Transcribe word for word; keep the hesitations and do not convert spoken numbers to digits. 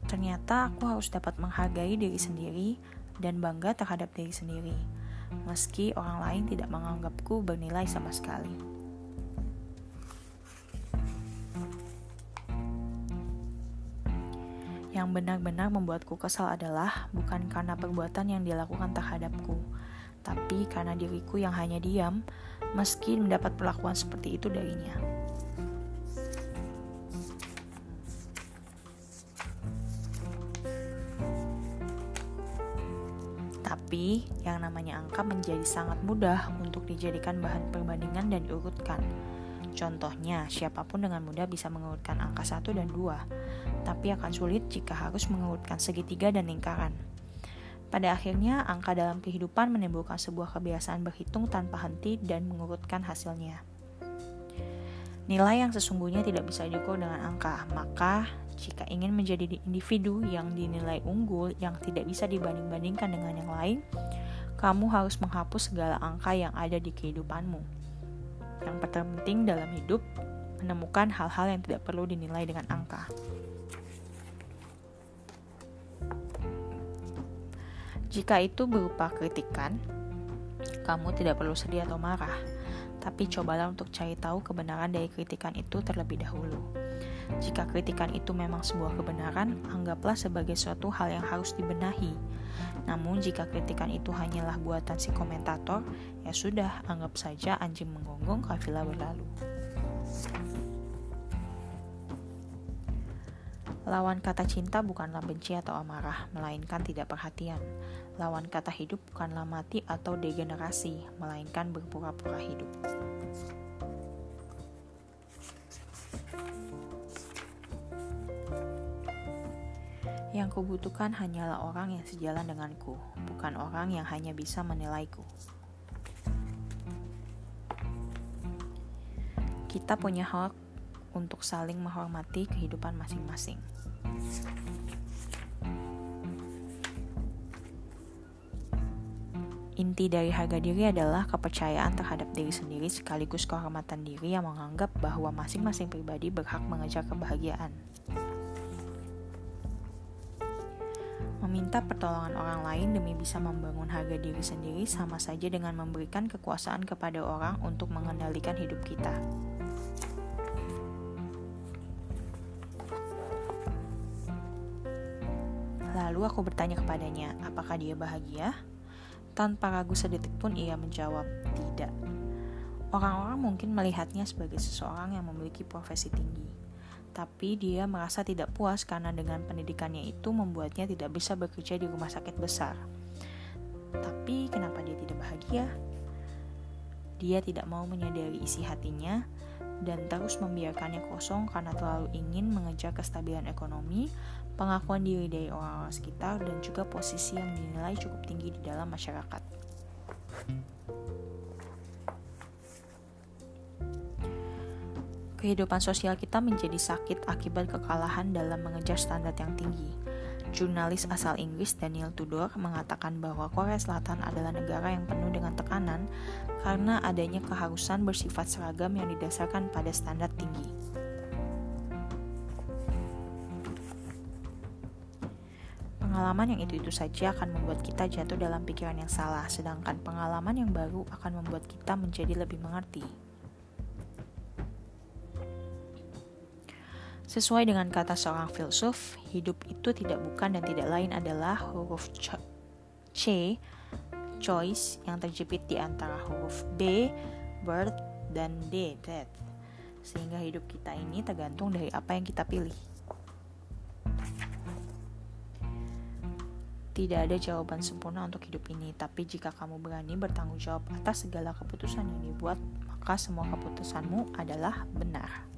Ternyata aku harus dapat menghargai diri sendiri dan bangga terhadap diri sendiri, meski orang lain tidak menganggapku bernilai sama sekali. Yang benar-benar membuatku kesal adalah bukan karena perbuatan yang dilakukan terhadapku, tapi karena diriku yang hanya diam, meski mendapat perlakuan seperti itu darinya. Tapi, yang namanya angka menjadi sangat mudah untuk dijadikan bahan perbandingan dan diurutkan. Contohnya, siapapun dengan mudah bisa mengurutkan angka satu dan dua, tapi akan sulit jika harus mengurutkan segitiga dan lingkaran. Pada akhirnya, angka dalam kehidupan menimbulkan sebuah kebiasaan berhitung tanpa henti dan mengurutkan hasilnya. Nilai yang sesungguhnya tidak bisa diukur dengan angka, maka jika ingin menjadi individu yang dinilai unggul yang tidak bisa dibanding-bandingkan dengan yang lain, kamu harus menghapus segala angka yang ada di kehidupanmu. Yang terpenting dalam hidup, menemukan hal-hal yang tidak perlu dinilai dengan angka. Jika itu berupa kritikan, kamu tidak perlu sedih atau marah, tapi cobalah untuk cari tahu kebenaran dari kritikan itu terlebih dahulu. Jika kritikan itu memang sebuah kebenaran, anggaplah sebagai suatu hal yang harus dibenahi. Namun jika kritikan itu hanyalah buatan si komentator, ya sudah, anggap saja anjing menggonggong, kafilah berlalu. Lawan kata cinta bukanlah benci atau amarah, melainkan tidak perhatian. Lawan kata hidup bukanlah mati atau degenerasi, melainkan berpura-pura hidup. Yang kubutuhkan hanyalah orang yang sejalan denganku, bukan orang yang hanya bisa menilaiku. Kita punya hak untuk saling menghormati kehidupan masing-masing. Inti dari harga diri adalah kepercayaan terhadap diri sendiri sekaligus kehormatan diri yang menganggap bahwa masing-masing pribadi berhak mengejar kebahagiaan. Meminta pertolongan orang lain demi bisa membangun harga diri sendiri sama saja dengan memberikan kekuasaan kepada orang untuk mengendalikan hidup kita. Lalu aku bertanya kepadanya, apakah dia bahagia? Tanpa ragu sedetik pun ia menjawab, tidak. Orang-orang mungkin melihatnya sebagai seseorang yang memiliki profesi tinggi. Tapi dia merasa tidak puas karena dengan pendidikannya itu membuatnya tidak bisa bekerja di rumah sakit besar. Tapi kenapa dia tidak bahagia? Dia tidak mau menyadari isi hatinya dan terus membiarkannya kosong karena terlalu ingin mengejar kestabilan ekonomi, pengakuan diri dari orang-orang sekitar, dan juga posisi yang dinilai cukup tinggi di dalam masyarakat. Kehidupan sosial kita menjadi sakit akibat kekalahan dalam mengejar standar yang tinggi. Jurnalis asal Inggris Daniel Tudor mengatakan bahwa Korea Selatan adalah negara yang penuh dengan tekanan karena adanya keharusan bersifat seragam yang didasarkan pada standar tinggi. Pengalaman yang itu-itu saja akan membuat kita jatuh dalam pikiran yang salah, sedangkan pengalaman yang baru akan membuat kita menjadi lebih mengerti. Sesuai dengan kata seorang filsuf, hidup itu tidak bukan dan tidak lain adalah huruf C, choice, yang terjepit di antara huruf B, birth, dan D, death. Sehingga hidup kita ini tergantung dari apa yang kita pilih. Tidak ada jawaban sempurna untuk hidup ini, tapi jika kamu berani bertanggung jawab atas segala keputusan yang dibuat, maka semua keputusanmu adalah benar.